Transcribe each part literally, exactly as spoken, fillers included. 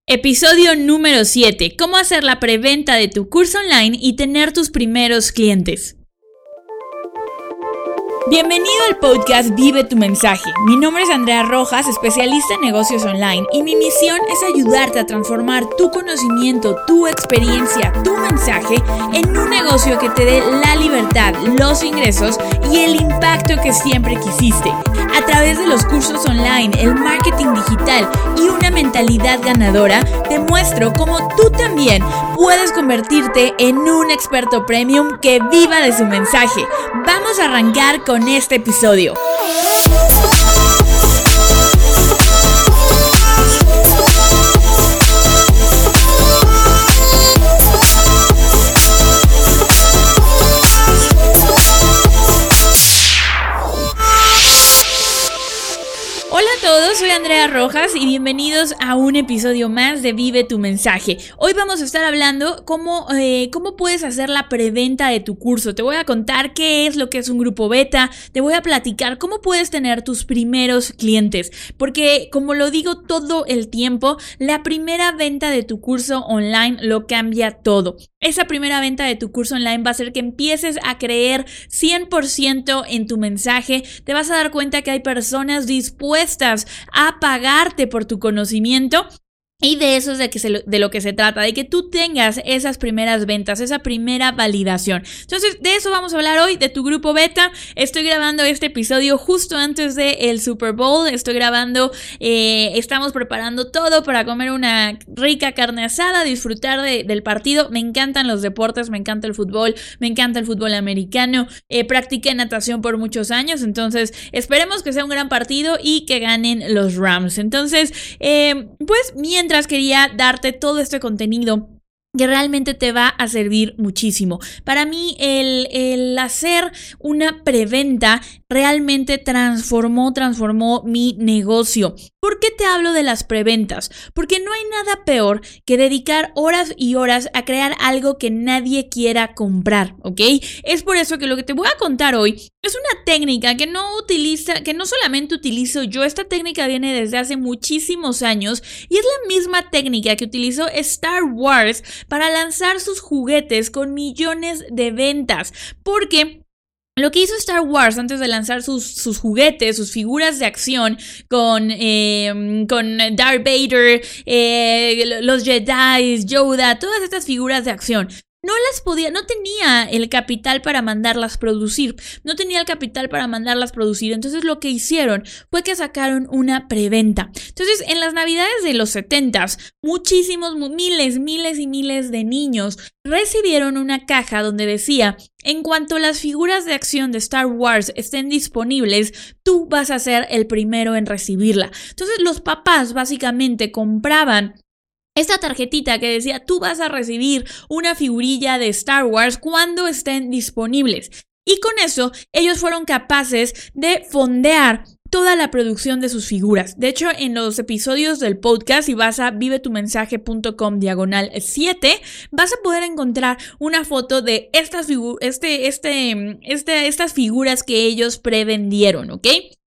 Episodio número siete. ¿Cómo hacer la preventa de tu curso online y tener tus primeros clientes? Bienvenido al podcast Vive tu mensaje. Mi nombre es Andrea Rojas, especialista en negocios online, y mi misión es ayudarte a transformar tu conocimiento, tu experiencia, tu mensaje en un negocio que te dé la libertad, los ingresos y el impacto que siempre quisiste. A través de los cursos online, el marketing digital y una mentalidad ganadora, te muestro cómo tú también puedes convertirte en un experto premium que viva de su mensaje. Vamos a arrancar con este episodio. Hola a todos, soy Andrea Rojas y bienvenidos a un episodio más de Vive tu mensaje. Hoy vamos a estar hablando cómo, eh, cómo puedes hacer la preventa de tu curso. Te voy a contar qué es lo que es un grupo beta, te voy a platicar cómo puedes tener tus primeros clientes, porque como lo digo todo el tiempo, la primera venta de tu curso online lo cambia todo. Esa primera venta de tu curso online va a hacer que empieces a creer cien por ciento en tu mensaje. Te vas a dar cuenta que hay personas dispuestas a pagarte por tu conocimiento. Y de eso es de, que se, de lo que se trata, de que tú tengas esas primeras ventas, esa primera validación. Entonces, de eso vamos a hablar hoy, de tu grupo beta. Estoy grabando este episodio justo antes del Super Bowl. Estoy grabando, eh, estamos preparando todo para comer una rica carne asada, disfrutar de, del partido. Me encantan los deportes, me encanta el fútbol, me encanta el fútbol americano. Eh, practiqué natación por muchos años, entonces esperemos que sea un gran partido y que ganen los Rams. Entonces, eh, pues mientras Mientras quería darte todo este contenido que realmente te va a servir muchísimo. Para mí el, el hacer una preventa realmente transformó, transformó mi negocio. ¿Por qué te hablo de las preventas? Porque no hay nada peor que dedicar horas y horas a crear algo que nadie quiera comprar, ¿ok? Es por eso que lo que te voy a contar hoy es una técnica que no utiliza, que no solamente utilizo yo. Esta técnica viene desde hace muchísimos años y es la misma técnica que utilizó Star Wars para lanzar sus juguetes con millones de ventas. Porque lo que hizo Star Wars antes de lanzar sus, sus juguetes, sus figuras de acción con, eh, con Darth Vader, eh, los Jedi, Yoda, todas estas figuras de acción, no las podía, no tenía el capital para mandarlas producir, no tenía el capital para mandarlas producir, entonces lo que hicieron fue que sacaron una preventa. Entonces en las navidades de los setentas, muchísimos, miles, miles y miles de niños recibieron una caja donde decía: en cuanto las figuras de acción de Star Wars estén disponibles, tú vas a ser el primero en recibirla. Entonces los papás básicamente compraban esta tarjetita que decía: tú vas a recibir una figurilla de Star Wars cuando estén disponibles. Y con eso ellos fueron capaces de fondear toda la producción de sus figuras. De hecho, en los episodios del podcast, si vas a vivetumensaje.com diagonal 7, vas a poder encontrar una foto de estas, figu- este, este, este, estas figuras que ellos prevendieron, ¿ok?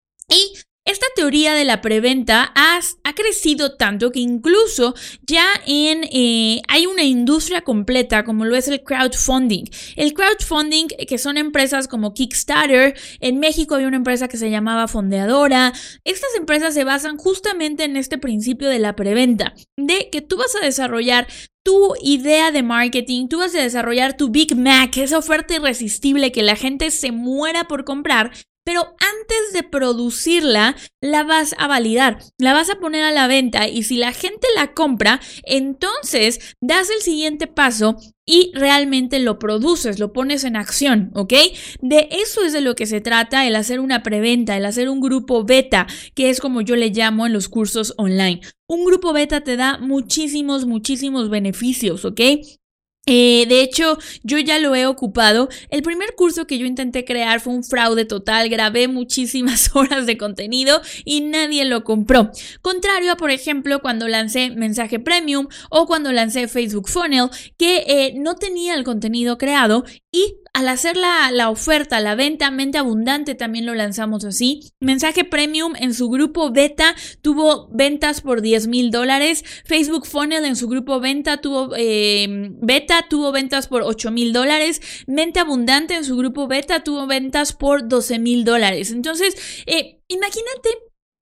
Y esta teoría de la preventa ha, ha crecido tanto que incluso ya en, eh, hay una industria completa como lo es el crowdfunding. El crowdfunding, que son empresas como Kickstarter. En México había una empresa que se llamaba Fondeadora. Estas empresas se basan justamente en este principio de la preventa, de que tú vas a desarrollar tu idea de marketing, tú vas a desarrollar tu Big Mac, esa oferta irresistible que la gente se muera por comprar. Pero antes de producirla, la vas a validar, la vas a poner a la venta, y si la gente la compra, entonces das el siguiente paso y realmente lo produces, lo pones en acción, ¿ok? De eso es de lo que se trata el hacer una preventa, el hacer un grupo beta, que es como yo le llamo en los cursos online. Un grupo beta te da muchísimos, muchísimos beneficios, ¿ok? Eh, de hecho, yo ya lo he ocupado. El primer curso que yo intenté crear fue un fraude total. Grabé muchísimas horas de contenido y nadie lo compró. Contrario a, por ejemplo, cuando lancé Mensaje Premium o cuando lancé Facebook Funnel, que eh, no tenía el contenido creado y al hacer la, la oferta, la venta, Mente Abundante también lo lanzamos así. Mensaje Premium en su grupo beta tuvo ventas por diez mil dólares. Facebook Funnel en su grupo beta tuvo, eh, beta tuvo ventas por ocho mil dólares. Mente Abundante en su grupo beta tuvo ventas por doce mil dólares. Entonces, eh, imagínate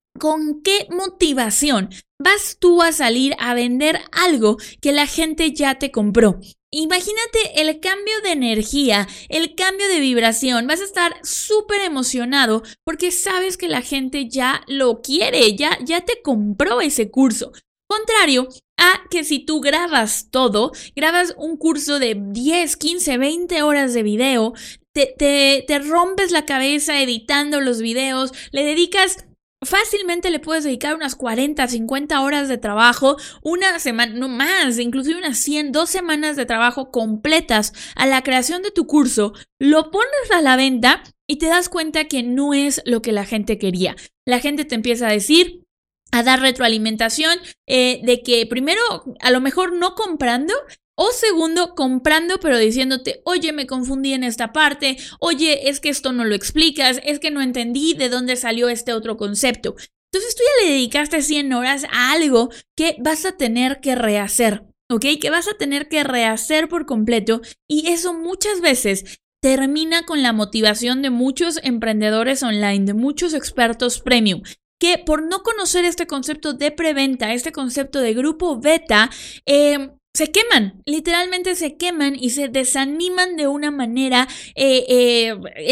con qué motivación vas tú a salir a vender algo que la gente ya te compró. Imagínate el cambio de energía, el cambio de vibración. Vas a estar súper emocionado porque sabes que la gente ya lo quiere, ya, ya te compró ese curso. Contrario a que si tú grabas todo, grabas un curso de diez, quince, veinte horas de video, te, te, te rompes la cabeza editando los videos, le dedicas... Fácilmente le puedes dedicar unas cuarenta, cincuenta horas de trabajo, una semana, no más, inclusive unas cien, dos semanas de trabajo completas a la creación de tu curso, lo pones a la venta y te das cuenta que no es lo que la gente quería. La gente te empieza a decir, a dar retroalimentación eh, de que primero, a lo mejor no comprando, o segundo, comprando pero diciéndote, oye, me confundí en esta parte, oye, es que esto no lo explicas, es que no entendí de dónde salió este otro concepto. Entonces tú ya le dedicaste cien horas a algo que vas a tener que rehacer, ¿ok? Que vas a tener que rehacer por completo y eso muchas veces termina con la motivación de muchos emprendedores online, de muchos expertos premium, que por no conocer este concepto de preventa, este concepto de grupo beta, eh, se queman, literalmente se queman y se desaniman de una manera eh, eh,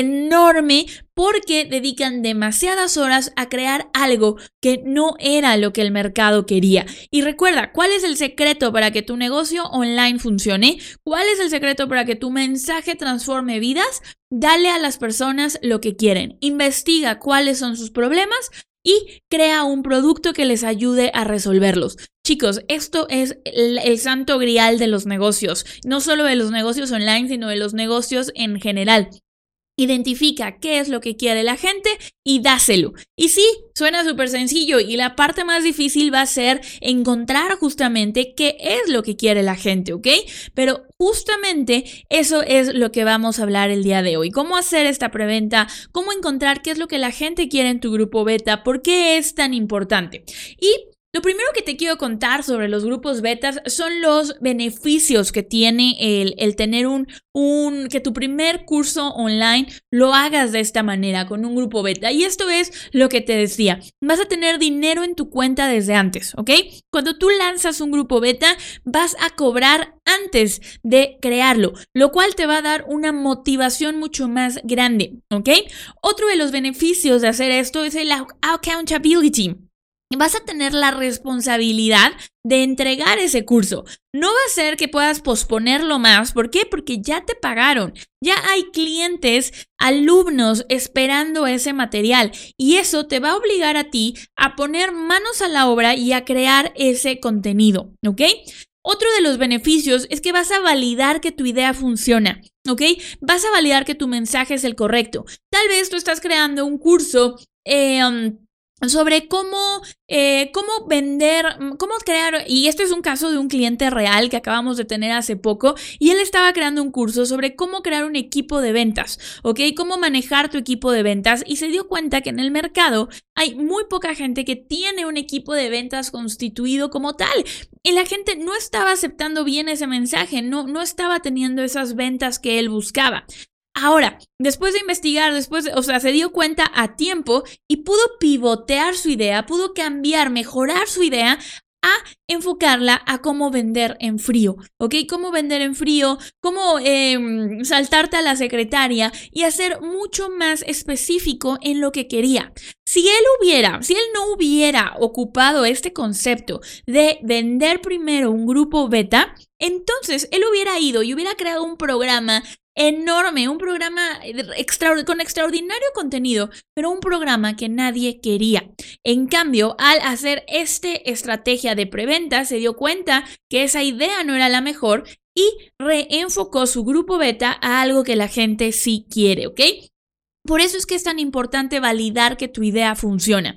enorme porque dedican demasiadas horas a crear algo que no era lo que el mercado quería. Y recuerda, ¿cuál es el secreto para que tu negocio online funcione? ¿Cuál es el secreto para que tu mensaje transforme vidas? Dale a las personas lo que quieren. Investiga cuáles son sus problemas y crea un producto que les ayude a resolverlos. Chicos, esto es el, el santo grial de los negocios, no solo de los negocios online, sino de los negocios en general. Identifica qué es lo que quiere la gente y dáselo. Y sí, suena súper sencillo y la parte más difícil va a ser encontrar justamente qué es lo que quiere la gente, ¿ok? Pero justamente eso es lo que vamos a hablar el día de hoy. Cómo hacer esta preventa, cómo encontrar qué es lo que la gente quiere en tu grupo beta, por qué es tan importante. Y lo primero que te quiero contar sobre los grupos betas son los beneficios que tiene el, el tener un, un, que tu primer curso online lo hagas de esta manera, con un grupo beta. Y esto es lo que te decía, vas a tener dinero en tu cuenta desde antes, ¿ok? Cuando tú lanzas un grupo beta, vas a cobrar antes de crearlo, lo cual te va a dar una motivación mucho más grande, ¿ok? Otro de los beneficios de hacer esto es el accountability. Vas a tener la responsabilidad de entregar ese curso. No va a ser que puedas posponerlo más. ¿Por qué? Porque ya te pagaron. Ya hay clientes, alumnos esperando ese material y eso te va a obligar a ti a poner manos a la obra y a crear ese contenido, ¿ok? Otro de los beneficios es que vas a validar que tu idea funciona, ¿ok? Vas a validar que tu mensaje es el correcto. Tal vez tú estás creando un curso eh, um, sobre cómo, eh, cómo vender, cómo crear, y este es un caso de un cliente real que acabamos de tener hace poco, y él estaba creando un curso sobre cómo crear un equipo de ventas, ¿ok? Cómo manejar tu equipo de ventas, y se dio cuenta que en el mercado hay muy poca gente que tiene un equipo de ventas constituido como tal, y la gente no estaba aceptando bien ese mensaje, no, no estaba teniendo esas ventas que él buscaba. Ahora, después de investigar, después, o sea, se dio cuenta a tiempo y pudo pivotear su idea, pudo cambiar, mejorar su idea a enfocarla a cómo vender en frío, ¿ok? Cómo vender en frío, cómo eh, saltarte a la secretaria y hacer mucho más específico en lo que quería. Si él hubiera, si él no hubiera ocupado este concepto de vender primero un grupo beta, entonces él hubiera ido y hubiera creado un programa enorme, un programa extra, con extraordinario contenido, pero un programa que nadie quería. En cambio, al hacer esta estrategia de preventa, se dio cuenta que esa idea no era la mejor y reenfocó su grupo beta a algo que la gente sí quiere, ¿ok? Por eso es que es tan importante validar que tu idea funciona.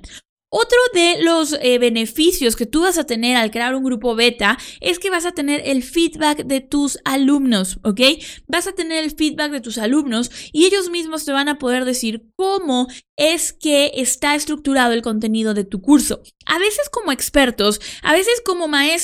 Otro de los eh, beneficios que tú vas a tener al crear un grupo beta es que vas a tener el feedback de tus alumnos, ¿ok? Vas a tener el feedback de tus alumnos y ellos mismos te van a poder decir cómo es que está estructurado el contenido de tu curso. A veces como expertos, a veces como maestros,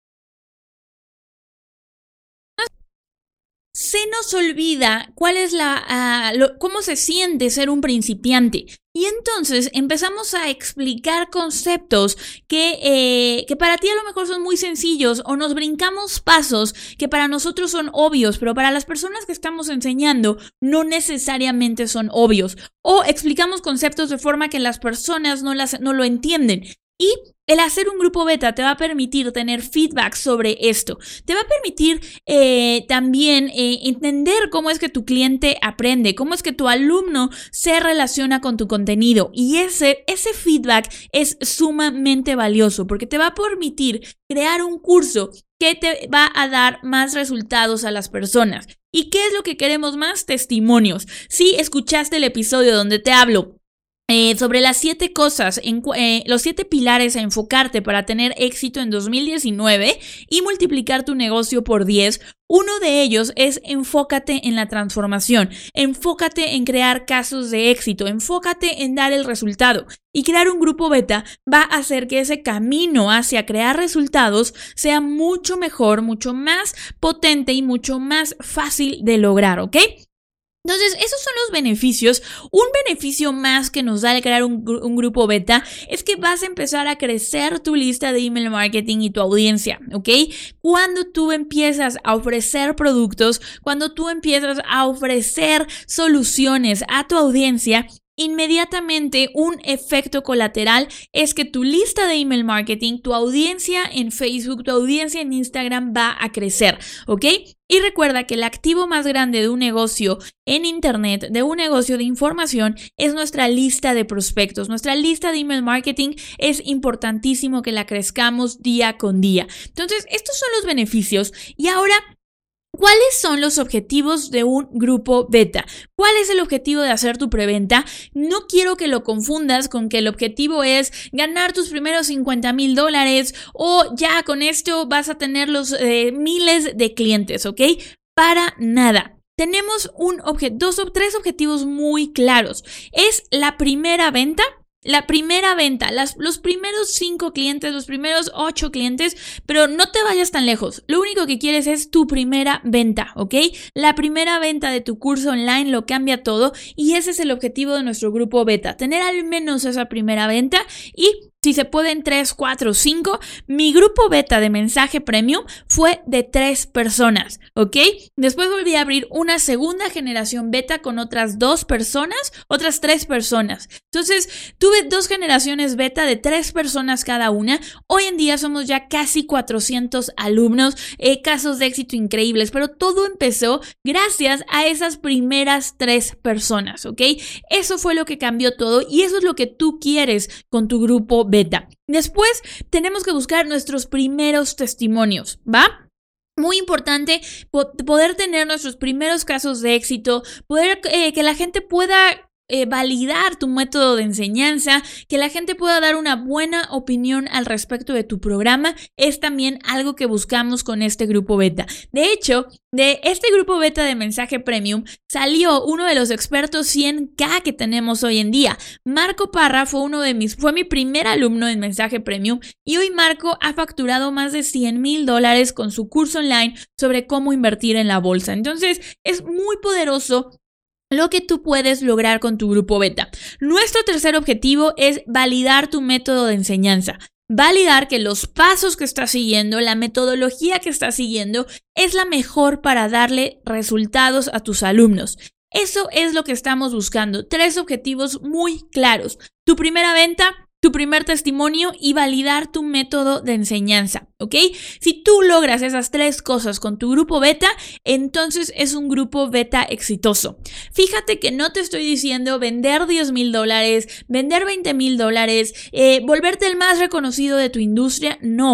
se nos olvida cuál es la, uh, lo, cómo se siente ser un principiante. Y entonces empezamos a explicar conceptos que, eh, que para ti a lo mejor son muy sencillos, o nos brincamos pasos que para nosotros son obvios, pero para las personas que estamos enseñando no necesariamente son obvios. O explicamos conceptos de forma que las personas no, las, no lo entienden. Y el hacer un grupo beta te va a permitir tener feedback sobre esto. Te va a permitir eh, también eh, entender cómo es que tu cliente aprende, cómo es que tu alumno se relaciona con tu contenido. Y ese, ese feedback es sumamente valioso porque te va a permitir crear un curso que te va a dar más resultados a las personas. ¿Y qué es lo que queremos más? Testimonios. Si escuchaste el episodio donde te hablo Eh, sobre las siete cosas, en, eh, los siete pilares a enfocarte para tener éxito en dos mil diecinueve y multiplicar tu negocio por diez, uno de ellos es enfócate en la transformación, enfócate en crear casos de éxito, enfócate en dar el resultado. Y crear un grupo beta va a hacer que ese camino hacia crear resultados sea mucho mejor, mucho más potente y mucho más fácil de lograr, ¿ok? Entonces, esos son los beneficios. Un beneficio más que nos da el crear un, un grupo beta es que vas a empezar a crecer tu lista de email marketing y tu audiencia, ¿ok? Cuando tú empiezas a ofrecer productos, cuando tú empiezas a ofrecer soluciones a tu audiencia, inmediatamente un efecto colateral es que tu lista de email marketing, tu audiencia en Facebook, tu audiencia en Instagram va a crecer, ¿ok? Y recuerda que el activo más grande de un negocio en internet, de un negocio de información, es nuestra lista de prospectos. Nuestra lista de email marketing es importantísimo que la crezcamos día con día. Entonces, estos son los beneficios. Y ahora, ¿cuáles son los objetivos de un grupo beta? ¿Cuál es el objetivo de hacer tu preventa? No quiero que lo confundas con que el objetivo es ganar tus primeros cincuenta mil dólares o ya con esto vas a tener los eh, miles de clientes, ¿ok? Para nada. Tenemos un obje- dos o tres objetivos muy claros. Es la primera venta. La primera venta, las, los primeros cinco clientes, los primeros ocho clientes, pero no te vayas tan lejos. Lo único que quieres es tu primera venta, ¿ok? La primera venta de tu curso online lo cambia todo y ese es el objetivo de nuestro grupo beta, tener al menos esa primera venta y si se pueden tres, cuatro, cinco. Mi grupo beta de mensaje premium fue de tres personas, ¿ok? Después volví a abrir una segunda generación beta con otras dos personas, otras tres personas. Entonces, tuve dos generaciones beta de tres personas cada una. Hoy en día somos ya casi cuatrocientos alumnos, eh, casos de éxito increíbles, pero todo empezó gracias a esas primeras tres personas, ¿ok? Eso fue lo que cambió todo y eso es lo que tú quieres con tu grupo beta. Beta. Después tenemos que buscar nuestros primeros testimonios, ¿va? Muy importante po- poder tener nuestros primeros casos de éxito, poder eh, que la gente pueda Eh, validar tu método de enseñanza, que la gente pueda dar una buena opinión al respecto de tu programa, es también algo que buscamos con este grupo beta. De hecho, de este grupo beta de mensaje premium salió uno de los expertos cien K que tenemos hoy en día. Marco Parra fue uno de mis, fue mi primer alumno en mensaje premium y hoy Marco ha facturado más de cien mil dólares con su curso online sobre cómo invertir en la bolsa. Entonces, es muy poderoso lo que tú puedes lograr con tu grupo beta. Nuestro tercer objetivo es validar tu método de enseñanza. Validar que los pasos que estás siguiendo, la metodología que estás siguiendo es la mejor para darle resultados a tus alumnos. Eso es lo que estamos buscando. Tres objetivos muy claros. Tu primera venta, tu primer testimonio y validar tu método de enseñanza, ¿ok? Si tú logras esas tres cosas con tu grupo beta, entonces es un grupo beta exitoso. Fíjate que no te estoy diciendo vender diez mil dólares, vender veinte mil dólares, eh, volverte el más reconocido de tu industria, no.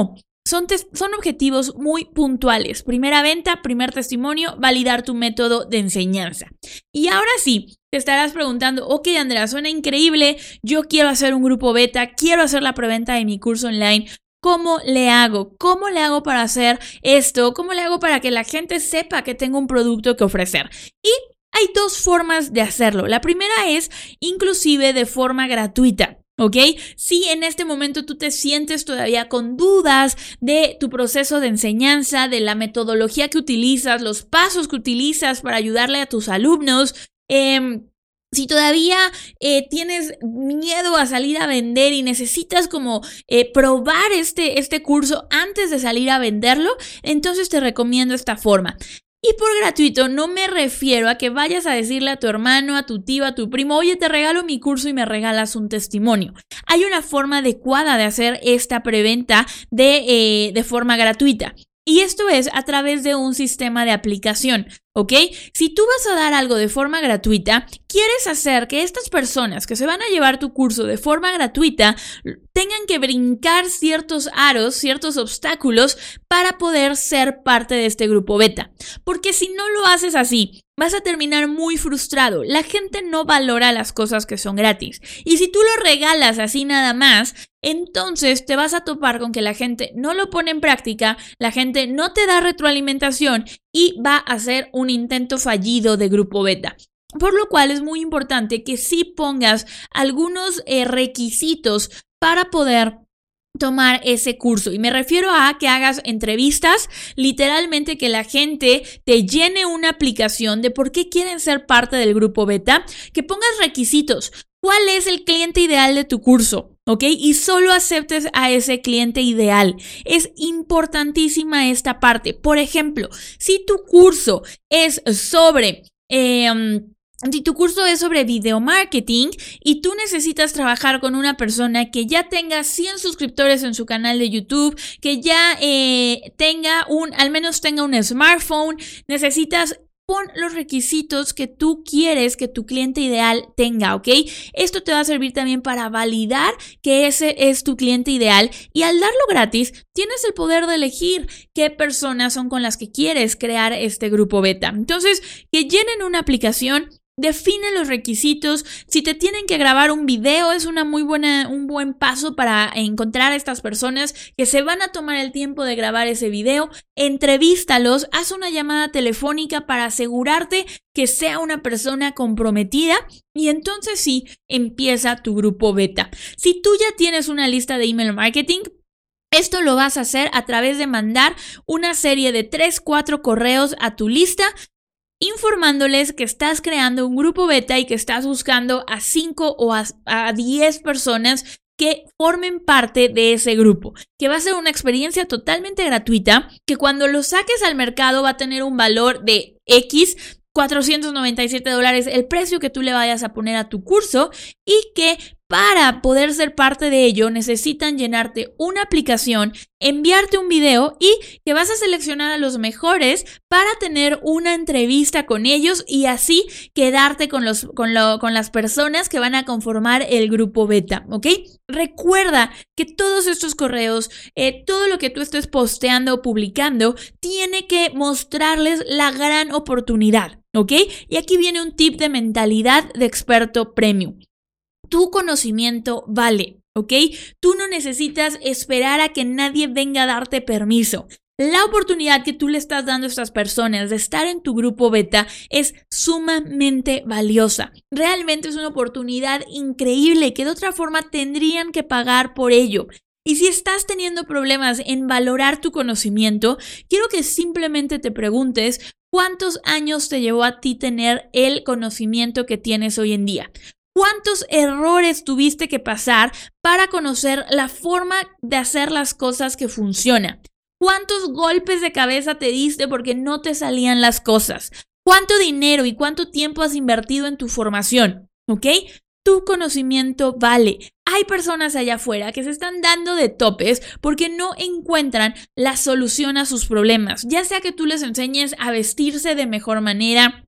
Son, son objetivos muy puntuales. Primera venta, primer testimonio, validar tu método de enseñanza. Y ahora sí, te estarás preguntando, ok, Andrea, suena increíble, yo quiero hacer un grupo beta, quiero hacer la preventa de mi curso online. ¿Cómo le hago? ¿Cómo le hago para hacer esto? ¿Cómo le hago para que la gente sepa que tengo un producto que ofrecer? Y hay dos formas de hacerlo. La primera es inclusive de forma gratuita. ¿Ok? Si en este momento tú te sientes todavía con dudas de tu proceso de enseñanza, de la metodología que utilizas, los pasos que utilizas para ayudarle a tus alumnos, eh, si todavía eh, tienes miedo a salir a vender y necesitas como eh, probar este, este curso antes de salir a venderlo, entonces te recomiendo esta forma. Y por gratuito no me refiero a que vayas a decirle a tu hermano, a tu tío, a tu primo, oye, te regalo mi curso y me regalas un testimonio. Hay una forma adecuada de hacer esta preventa de, eh, de forma gratuita. Y esto es a través de un sistema de aplicación, ¿ok? Si tú vas a dar algo de forma gratuita, quieres hacer que estas personas que se van a llevar tu curso de forma gratuita tengan que brincar ciertos aros, ciertos obstáculos para poder ser parte de este grupo beta. Porque si no lo haces así, vas a terminar muy frustrado. La gente no valora las cosas que son gratis. Y si tú lo regalas así nada más, entonces te vas a topar con que la gente no lo pone en práctica, la gente no te da retroalimentación y va a ser un intento fallido de grupo beta. Por lo cual es muy importante que sí pongas algunos eh, requisitos para poder tomar ese curso. Y me refiero a que hagas entrevistas, literalmente que la gente te llene una aplicación de por qué quieren ser parte del grupo beta, que pongas requisitos. ¿Cuál es el cliente ideal de tu curso? ¿Ok? Y solo aceptes a ese cliente ideal. Es importantísima esta parte. Por ejemplo, si tu curso es sobre... Eh, Si tu curso es sobre video marketing y tú necesitas trabajar con una persona que ya tenga cien suscriptores en su canal de YouTube, que ya eh, tenga un, al menos tenga un smartphone, necesitas pon los requisitos que tú quieres que tu cliente ideal tenga, ¿ok? Esto te va a servir también para validar que ese es tu cliente ideal y al darlo gratis tienes el poder de elegir qué personas son con las que quieres crear este grupo beta. Entonces, que llenen una aplicación. Define los requisitos. Si te tienen que grabar un video, es una muy buena, un buen paso para encontrar a estas personas que se van a tomar el tiempo de grabar ese video. Entrevístalos, haz una llamada telefónica para asegurarte que sea una persona comprometida y entonces sí, empieza tu grupo beta. Si tú ya tienes una lista de email marketing, esto lo vas a hacer a través de mandar una serie de tres, cuatro correos a tu lista informándoles que estás creando un grupo beta y que estás buscando a cinco o a diez personas que formen parte de ese grupo, que va a ser una experiencia totalmente gratuita, que cuando lo saques al mercado va a tener un valor de X, cuatrocientos noventa y siete dólares, el precio que tú le vayas a poner a tu curso, y que para poder ser parte de ello necesitan llenarte una aplicación, enviarte un video y que vas a seleccionar a los mejores para tener una entrevista con ellos y así quedarte con, los, con, lo, con las personas que van a conformar el grupo beta, ¿ok? Recuerda que todos estos correos, eh, todo lo que tú estés posteando o publicando, tiene que mostrarles la gran oportunidad, ¿ok? Y aquí viene un tip de mentalidad de experto premium. Tu conocimiento vale, ¿ok? Tú no necesitas esperar a que nadie venga a darte permiso. La oportunidad que tú le estás dando a estas personas de estar en tu grupo beta es sumamente valiosa. Realmente es una oportunidad increíble que de otra forma tendrían que pagar por ello. Y si estás teniendo problemas en valorar tu conocimiento, quiero que simplemente te preguntes cuántos años te llevó a ti tener el conocimiento que tienes hoy en día. ¿Cuántos errores tuviste que pasar para conocer la forma de hacer las cosas que funciona? ¿Cuántos golpes de cabeza te diste porque no te salían las cosas? ¿Cuánto dinero y cuánto tiempo has invertido en tu formación? ¿Ok? Tu conocimiento vale. Hay personas allá afuera que se están dando de topes porque no encuentran la solución a sus problemas. Ya sea que tú les enseñes a vestirse de mejor manera,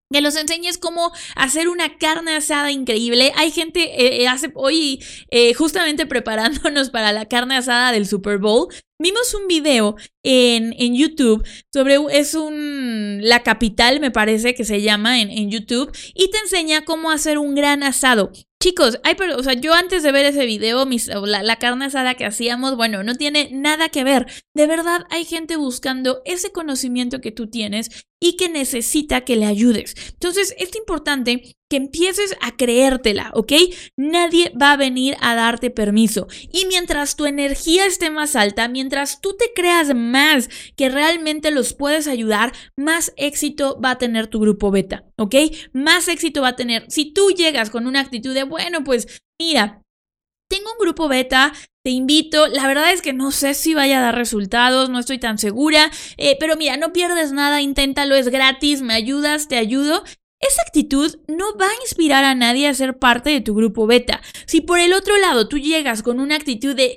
que los enseñes cómo hacer una carne asada increíble. Hay gente, eh, hace hoy eh, justamente preparándonos para la carne asada del Super Bowl, vimos un video en, en YouTube sobre, es un, La Capital me parece que se llama en, en YouTube, y te enseña cómo hacer un gran asado. Chicos, hay, o sea, yo antes de ver ese video, mis, la, la carne asada que hacíamos, bueno, no tiene nada que ver. De verdad, hay gente buscando ese conocimiento que tú tienes y que necesita que le ayudes. Entonces, es importante que empieces a creértela, ¿ok? Nadie va a venir a darte permiso. Y mientras tu energía esté más alta, mientras tú te creas más que realmente los puedes ayudar, más éxito va a tener tu grupo beta, ¿ok? Más éxito va a tener. Si tú llegas con una actitud de, bueno, pues mira, tengo un grupo beta, te invito, la verdad es que no sé si vaya a dar resultados, no estoy tan segura, eh, pero mira, no pierdes nada, inténtalo, es gratis, me ayudas, te ayudo. Esa actitud no va a inspirar a nadie a ser parte de tu grupo beta. Si por el otro lado tú llegas con una actitud de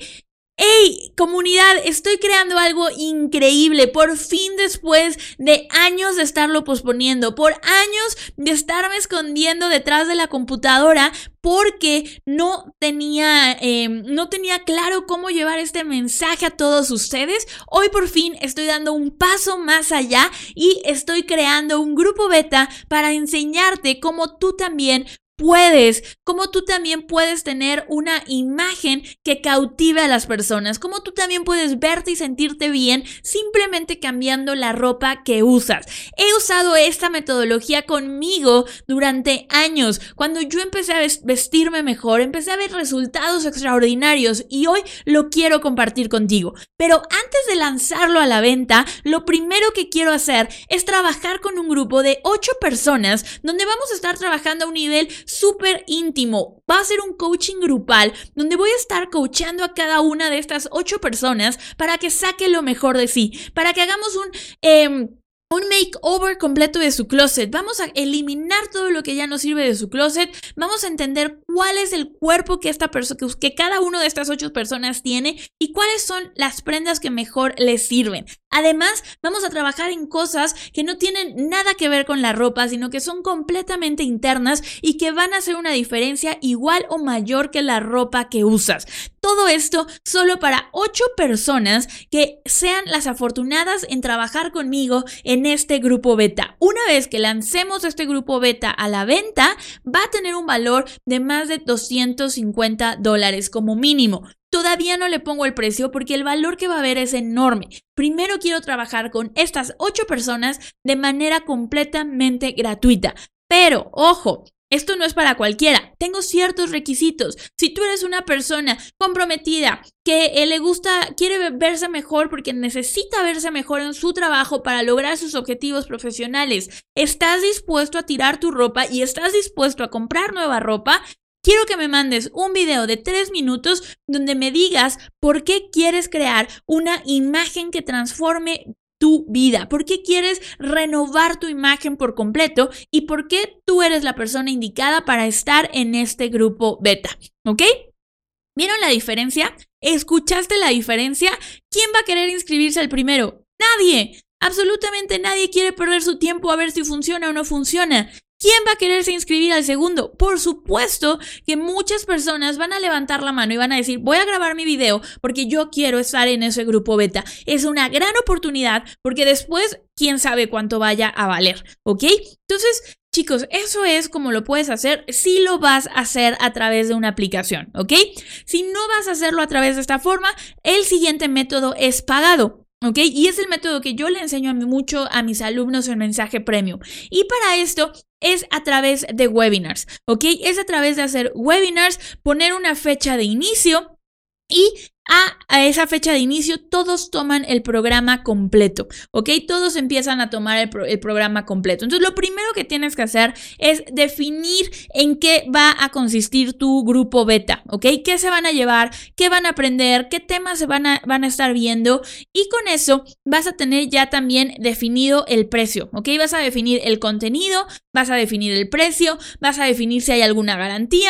¡hey, comunidad! Estoy creando algo increíble, por fin después de años de estarlo posponiendo, por años de estarme escondiendo detrás de la computadora porque no tenía, eh, no tenía claro cómo llevar este mensaje a todos ustedes. Hoy por fin estoy dando un paso más allá y estoy creando un grupo beta para enseñarte cómo tú también puedes, cómo tú también puedes tener una imagen que cautive a las personas, cómo tú también puedes verte y sentirte bien simplemente cambiando la ropa que usas. He usado esta metodología conmigo durante años. Cuando yo empecé a vestirme mejor, empecé a ver resultados extraordinarios y hoy lo quiero compartir contigo. Pero antes de lanzarlo a la venta, lo primero que quiero hacer es trabajar con un grupo de ocho personas donde vamos a estar trabajando a un nivel súper íntimo. Va a ser un coaching grupal donde voy a estar coachando a cada una de estas ocho personas para que saque lo mejor de sí, para que hagamos un... Eh, Un makeover completo de su closet. Vamos a eliminar todo lo que ya no sirve de su closet. Vamos a entender cuál es el cuerpo que esta persona, que cada una de estas ocho personas tiene y cuáles son las prendas que mejor les sirven. Además, vamos a trabajar en cosas que no tienen nada que ver con la ropa, sino que son completamente internas y que van a hacer una diferencia igual o mayor que la ropa que usas. Todo esto solo para ocho personas que sean las afortunadas en trabajar conmigo en este grupo beta. Una vez que lancemos este grupo beta a la venta, va a tener un valor de más de doscientos cincuenta dólares como mínimo. Todavía no le pongo el precio porque el valor que va a haber es enorme. Primero quiero trabajar con estas ocho personas de manera completamente gratuita. Pero, ojo, esto no es para cualquiera. Tengo ciertos requisitos. Si tú eres una persona comprometida, que eh, le gusta, quiere verse mejor porque necesita verse mejor en su trabajo para lograr sus objetivos profesionales, estás dispuesto a tirar tu ropa y estás dispuesto a comprar nueva ropa, quiero que me mandes un video de tres minutos donde me digas por qué quieres crear una imagen que transforme tu vida, por qué quieres renovar tu imagen por completo y por qué tú eres la persona indicada para estar en este grupo beta, ¿ok? ¿Vieron la diferencia? ¿Escuchaste la diferencia? ¿Quién va a querer inscribirse al primero? ¡Nadie! Absolutamente nadie quiere perder su tiempo a ver si funciona o no funciona. ¿Quién va a quererse inscribir al segundo? Por supuesto que muchas personas van a levantar la mano y van a decir, voy a grabar mi video porque yo quiero estar en ese grupo beta. Es una gran oportunidad porque después, quién sabe cuánto vaya a valer, ¿ok? Entonces, chicos, eso es como lo puedes hacer si lo vas a hacer a través de una aplicación, ¿ok? Si no vas a hacerlo a través de esta forma, el siguiente método es pagado. ¿Ok? Y es el método que yo le enseño a mí mucho a mis alumnos en Mensaje Premium. Y para esto es a través de webinars, ¿ok? Es a través de hacer webinars, poner una fecha de inicio y a, a esa fecha de inicio todos toman el programa completo, ¿ok? Todos empiezan a tomar el, pro, el programa completo. Entonces lo primero que tienes que hacer es definir en qué va a consistir tu grupo beta, ¿ok? ¿Qué se van a llevar? ¿Qué van a aprender? ¿Qué temas se van a, van a estar viendo? Y con eso vas a tener ya también definido el precio, ¿ok? Vas a definir el contenido, vas a definir el precio, vas a definir si hay alguna garantía.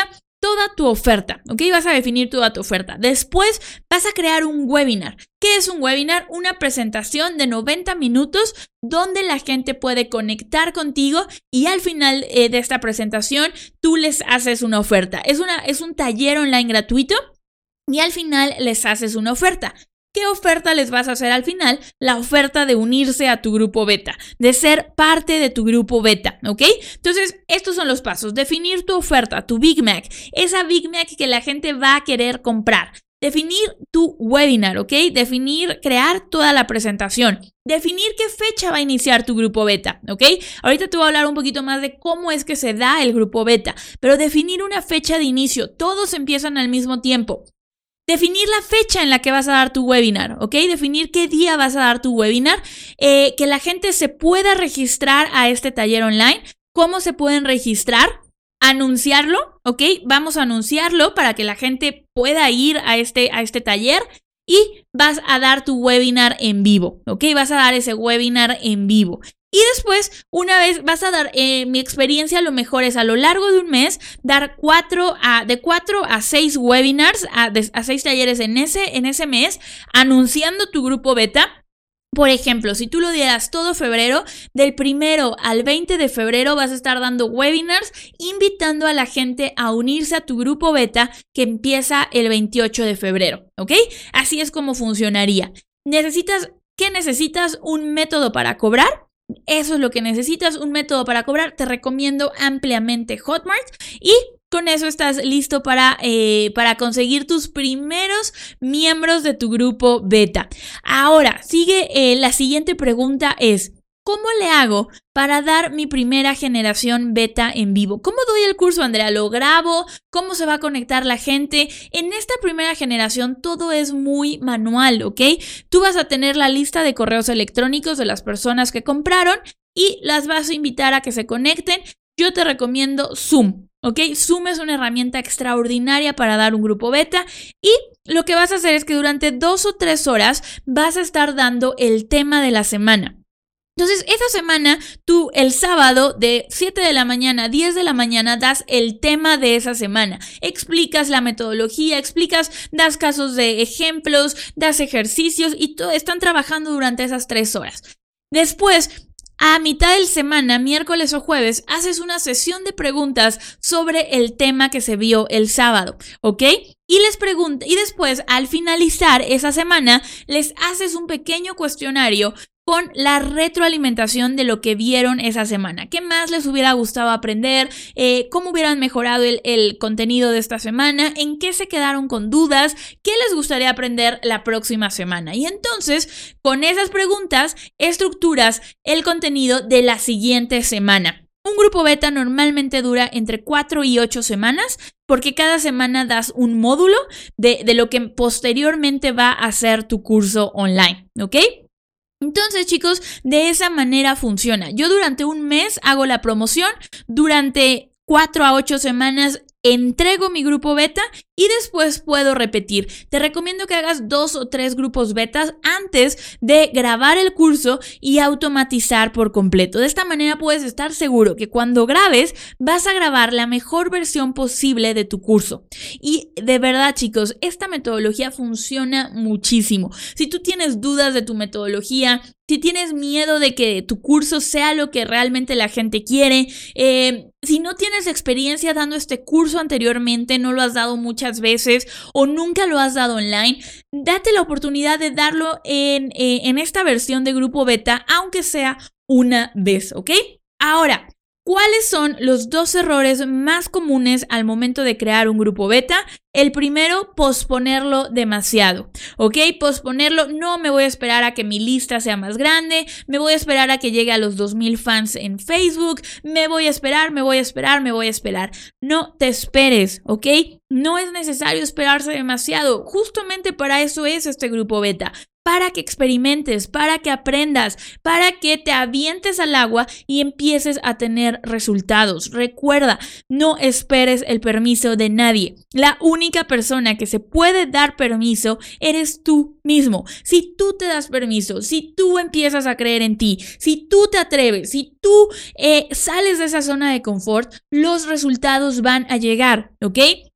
toda tu oferta, ¿ok? Vas a definir toda tu oferta. Después vas a crear un webinar. ¿Qué es un webinar? Una presentación de noventa minutos donde la gente puede conectar contigo y al final eh, de esta presentación tú les haces una oferta. Es, una, es un taller online gratuito y al final les haces una oferta. ¿Qué oferta les vas a hacer al final? La oferta de unirse a tu grupo beta, de ser parte de tu grupo beta, ¿ok? Entonces, estos son los pasos. Definir tu oferta, tu Big Mac, esa Big Mac que la gente va a querer comprar. Definir tu webinar, ¿ok? Definir, crear toda la presentación. Definir qué fecha va a iniciar tu grupo beta, ¿ok? Ahorita te voy a hablar un poquito más de cómo es que se da el grupo beta, pero definir una fecha de inicio. Todos empiezan al mismo tiempo. Definir la fecha en la que vas a dar tu webinar, ¿ok? Definir qué día vas a dar tu webinar, eh, que la gente se pueda registrar a este taller online. ¿Cómo se pueden registrar? Anunciarlo, ¿ok? Vamos a anunciarlo para que la gente pueda ir a este, a este taller y vas a dar tu webinar en vivo, ¿ok? Vas a dar ese webinar en vivo. Y después, una vez vas a dar, eh, mi experiencia lo mejor es a lo largo de un mes, dar cuatro a, de cuatro a seis webinars, a, de, a seis talleres en ese, en ese mes, anunciando tu grupo beta. Por ejemplo, si tú lo dieras todo febrero, del primero al veinte de febrero vas a estar dando webinars, invitando a la gente a unirse a tu grupo beta que empieza el veintiocho de febrero, ¿ok? Así es como funcionaría. ¿Necesitas, qué necesitas? Un método para cobrar. Eso es lo que necesitas, un método para cobrar. Te recomiendo ampliamente Hotmart y con eso estás listo para, eh, para conseguir tus primeros miembros de tu grupo beta. Ahora, sigue, eh, la siguiente pregunta es: ¿cómo le hago para dar mi primera generación beta en vivo? ¿Cómo doy el curso, Andrea? ¿Lo grabo? ¿Cómo se va a conectar la gente? En esta primera generación todo es muy manual, ¿ok? Tú vas a tener la lista de correos electrónicos de las personas que compraron y las vas a invitar a que se conecten. Yo te recomiendo Zoom, ¿ok? Zoom es una herramienta extraordinaria para dar un grupo beta y lo que vas a hacer es que durante dos o tres horas vas a estar dando el tema de la semana. Entonces, esa semana, tú el sábado de siete de la mañana a diez de la mañana das el tema de esa semana. Explicas la metodología, explicas, das casos de ejemplos, das ejercicios y todo, están trabajando durante esas tres horas. Después, a mitad de semana, miércoles o jueves, haces una sesión de preguntas sobre el tema que se vio el sábado, ¿ok? Y les pregunta, y después, al finalizar esa semana, les haces un pequeño cuestionario con la retroalimentación de lo que vieron esa semana. ¿Qué más les hubiera gustado aprender? Eh, ¿Cómo hubieran mejorado el, el contenido de esta semana? ¿En qué se quedaron con dudas? ¿Qué les gustaría aprender la próxima semana? Y entonces, con esas preguntas, estructuras el contenido de la siguiente semana. Un grupo beta normalmente dura entre cuatro y ocho semanas porque cada semana das un módulo de, de lo que posteriormente va a ser tu curso online, ¿ok? Entonces, chicos, de esa manera funciona. Yo durante un mes hago la promoción, durante cuatro a ocho semanas entrego mi grupo beta y después puedo repetir. Te recomiendo que hagas dos o tres grupos betas antes de grabar el curso y automatizar por completo. De esta manera puedes estar seguro que cuando grabes vas a grabar la mejor versión posible de tu curso. Y de verdad, chicos, esta metodología funciona muchísimo. Si tú tienes dudas de tu metodología, si tienes miedo de que tu curso sea lo que realmente la gente quiere, eh, si no tienes experiencia dando este curso anteriormente, no lo has dado muchas veces o nunca lo has dado online, date la oportunidad de darlo en, eh, en esta versión de grupo beta, aunque sea una vez, ¿ok? Ahora, ¿cuáles son los dos errores más comunes al momento de crear un grupo beta? El primero, posponerlo demasiado, ¿ok? Posponerlo, no me voy a esperar a que mi lista sea más grande, me voy a esperar a que llegue a los dos mil fans en Facebook, me voy a esperar, me voy a esperar, me voy a esperar. No te esperes, ¿ok? No es necesario esperarse demasiado, justamente para eso es este grupo beta. Para que experimentes, para que aprendas, para que te avientes al agua y empieces a tener resultados. Recuerda, no esperes el permiso de nadie. La única persona que se puede dar permiso eres tú mismo. Si tú te das permiso, si tú empiezas a creer en ti, si tú te atreves, si tú eh, sales de esa zona de confort, los resultados van a llegar, ¿ok?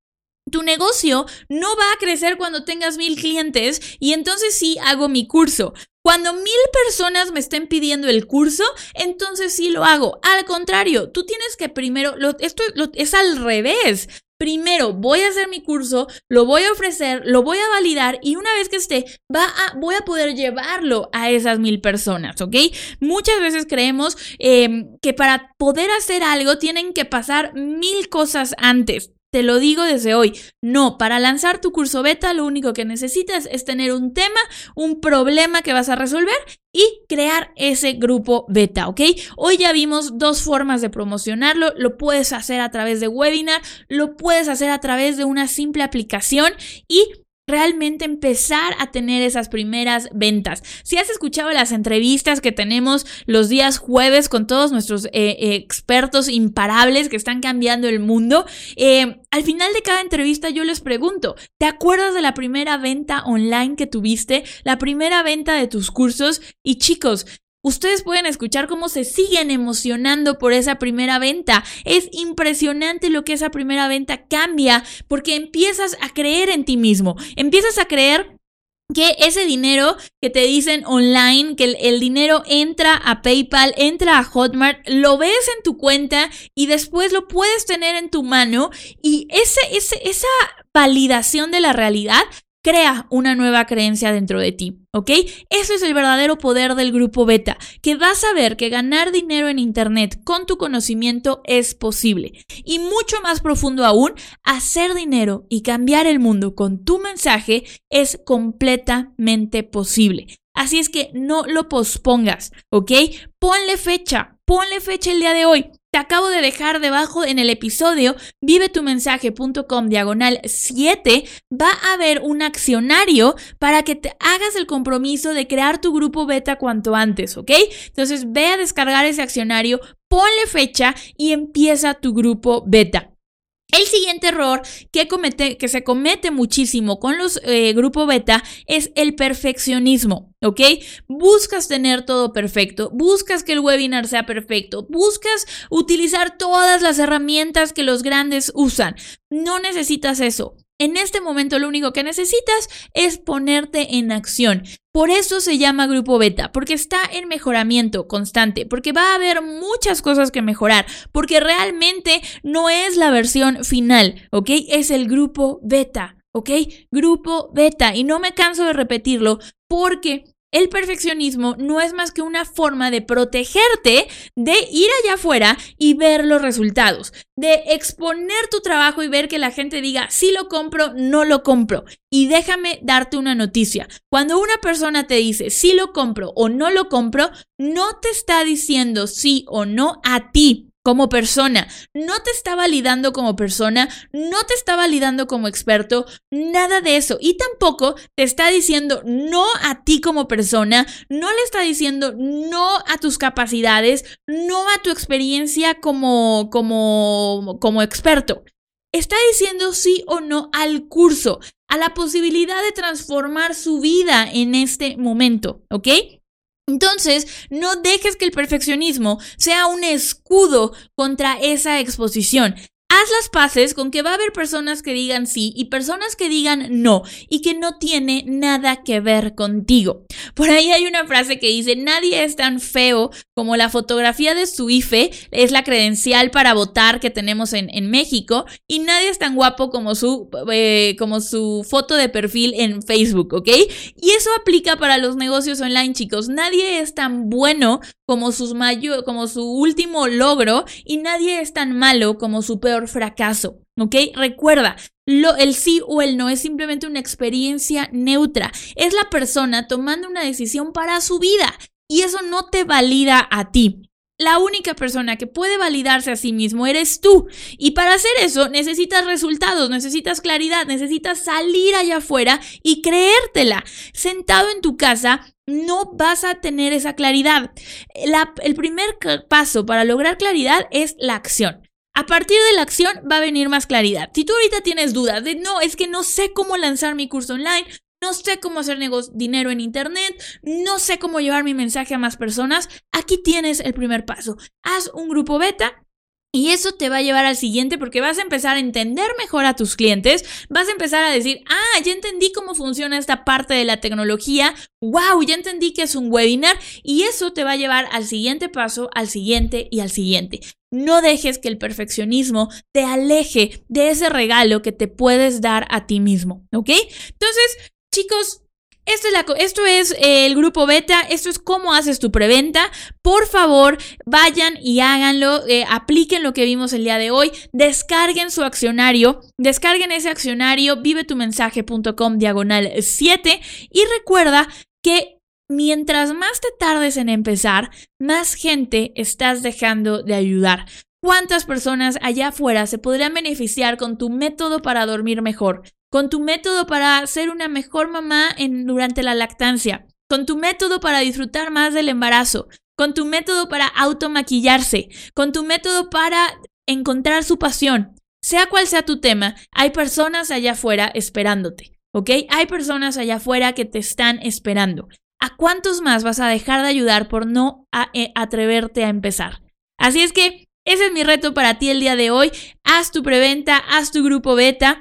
Tu negocio no va a crecer cuando tengas mil clientes y entonces sí hago mi curso. Cuando mil personas me estén pidiendo el curso, entonces sí lo hago. Al contrario, tú tienes que primero, lo, esto lo, es al revés. Primero voy a hacer mi curso, lo voy a ofrecer, lo voy a validar y una vez que esté, va a, voy a poder llevarlo a esas mil personas, ¿ok? Muchas veces creemos eh, que para poder hacer algo tienen que pasar mil cosas antes. Te lo digo desde hoy, no, para lanzar tu curso beta lo único que necesitas es tener un tema, un problema que vas a resolver y crear ese grupo beta, ¿ok? Hoy ya vimos dos formas de promocionarlo, lo puedes hacer a través de webinar, lo puedes hacer a través de una simple aplicación y realmente empezar a tener esas primeras ventas. Si has escuchado las entrevistas que tenemos los días jueves con todos nuestros eh, eh, expertos imparables que están cambiando el mundo, eh, al final de cada entrevista yo les pregunto, ¿te acuerdas de la primera venta online que tuviste? La primera venta de tus cursos. Y chicos, ustedes pueden escuchar cómo se siguen emocionando por esa primera venta. Es impresionante lo que esa primera venta cambia porque empiezas a creer en ti mismo. Empiezas a creer que ese dinero que te dicen online, que el, el dinero entra a PayPal, entra a Hotmart, lo ves en tu cuenta y después lo puedes tener en tu mano y ese, ese, esa validación de la realidad crea una nueva creencia dentro de ti, ¿ok? Eso es el verdadero poder del grupo beta, que vas a ver que ganar dinero en internet con tu conocimiento es posible. Y mucho más profundo aún, hacer dinero y cambiar el mundo con tu mensaje es completamente posible. Así es que no lo pospongas, ¿ok? Ponle fecha, ponle fecha el día de hoy. Te acabo de dejar debajo en el episodio vivetumensaje.com diagonal 7 va a haber un accionario para que te hagas el compromiso de crear tu grupo beta cuanto antes, ¿ok? Entonces ve a descargar ese accionario, ponle fecha y empieza tu grupo beta. El siguiente error que, comete, que se comete muchísimo con los eh, grupo beta es el perfeccionismo, ¿ok? Buscas tener todo perfecto, buscas que el webinar sea perfecto, buscas utilizar todas las herramientas que los grandes usan. No necesitas eso. En este momento lo único que necesitas es ponerte en acción. Por eso se llama grupo beta, porque está en mejoramiento constante, porque va a haber muchas cosas que mejorar, porque realmente no es la versión final, ¿ok? Es el grupo beta, ¿ok? Grupo beta. Y no me canso de repetirlo porque el perfeccionismo no es más que una forma de protegerte de ir allá afuera y ver los resultados, de exponer tu trabajo y ver que la gente diga, sí lo compro, no lo compro. Y déjame darte una noticia. Cuando una persona te dice, sí lo compro o no lo compro, no te está diciendo sí o no a ti como persona, no te está validando como persona, no te está validando como experto, nada de eso. Y tampoco te está diciendo no a ti como persona, no le está diciendo no a tus capacidades, no a tu experiencia como, como, como experto. Está diciendo sí o no al curso, a la posibilidad de transformar su vida en este momento, ¿ok? Entonces, no dejes que el perfeccionismo sea un escudo contra esa exposición. Haz las paces con que va a haber personas que digan sí y personas que digan no y que no tiene nada que ver contigo. Por ahí hay una frase que dice, nadie es tan feo como la fotografía de su I F E, es la credencial para votar que tenemos en, en México, y nadie es tan guapo como su, eh, como su foto de perfil en Facebook, ¿ok? Y eso aplica para los negocios online, chicos. Nadie es tan bueno como, sus mayo- como su último logro y nadie es tan malo como su peor fracaso, ¿ok? Recuerda, lo, el sí o el no es simplemente una experiencia neutra. Es la persona tomando una decisión para su vida y eso no te valida a ti. La única persona que puede validarse a sí mismo eres tú. Y para hacer eso necesitas resultados, necesitas claridad, necesitas salir allá afuera y creértela. Sentado en tu casa no vas a tener esa claridad. La, el primer paso para lograr claridad es la acción. A partir de la acción va a venir más claridad. Si tú ahorita tienes dudas de no, es que no sé cómo lanzar mi curso online, no sé cómo hacer negocio, dinero en internet, no sé cómo llevar mi mensaje a más personas, aquí tienes el primer paso. Haz un grupo beta Y eso te va a llevar al siguiente porque vas a empezar a entender mejor a tus clientes, vas a empezar a decir, ah, ya entendí cómo funciona esta parte de la tecnología, wow, ya entendí que es un webinar y eso te va a llevar al siguiente paso, al siguiente y al siguiente. No dejes que el perfeccionismo te aleje de ese regalo que te puedes dar a ti mismo, ¿ok? Entonces, chicos, Esto es, la, esto es eh, el grupo beta, esto es cómo haces tu preventa. Por favor, vayan y háganlo, eh, apliquen lo que vimos el día de hoy, descarguen su accionario, descarguen ese accionario, vivetumensaje.com diagonal 7 y recuerda que mientras más te tardes en empezar, más gente estás dejando de ayudar. ¿Cuántas personas allá afuera se podrían beneficiar con tu método para dormir mejor? Con tu método para ser una mejor mamá en, durante la lactancia, con tu método para disfrutar más del embarazo, con tu método para automaquillarse, con tu método para encontrar su pasión. Sea cual sea tu tema, hay personas allá afuera esperándote, ¿ok? Hay personas allá afuera que te están esperando. ¿A cuántos más vas a dejar de ayudar por no a, eh, atreverte a empezar? Así es que ese es mi reto para ti el día de hoy. Haz tu preventa, haz tu grupo beta.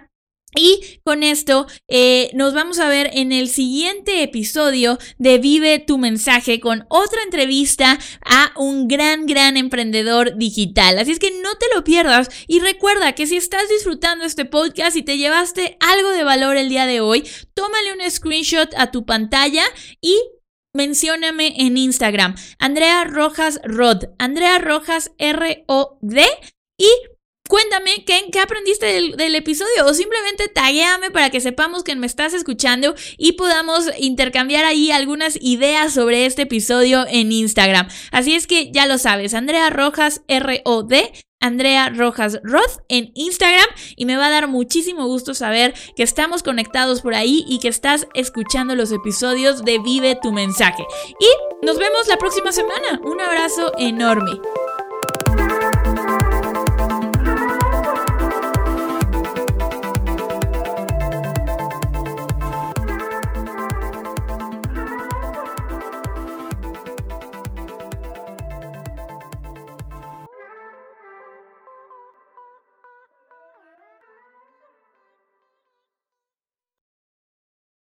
Y con esto eh, nos vamos a ver en el siguiente episodio de Vive tu Mensaje con otra entrevista a un gran, gran emprendedor digital. Así es que no te lo pierdas y recuerda que si estás disfrutando este podcast y te llevaste algo de valor el día de hoy, tómale un screenshot a tu pantalla y mencióname en Instagram, Andrea Rojas Rod, Andrea Rojas R O D y cuéntame qué, qué aprendiste del, del episodio o simplemente taguéame para que sepamos que me estás escuchando y podamos intercambiar ahí algunas ideas sobre este episodio en Instagram. Así es que ya lo sabes, Andrea Rojas R O D, Andrea Rojas Roth en Instagram y me va a dar muchísimo gusto saber que estamos conectados por ahí y que estás escuchando los episodios de Vive tu Mensaje. Y nos vemos la próxima semana. Un abrazo enorme.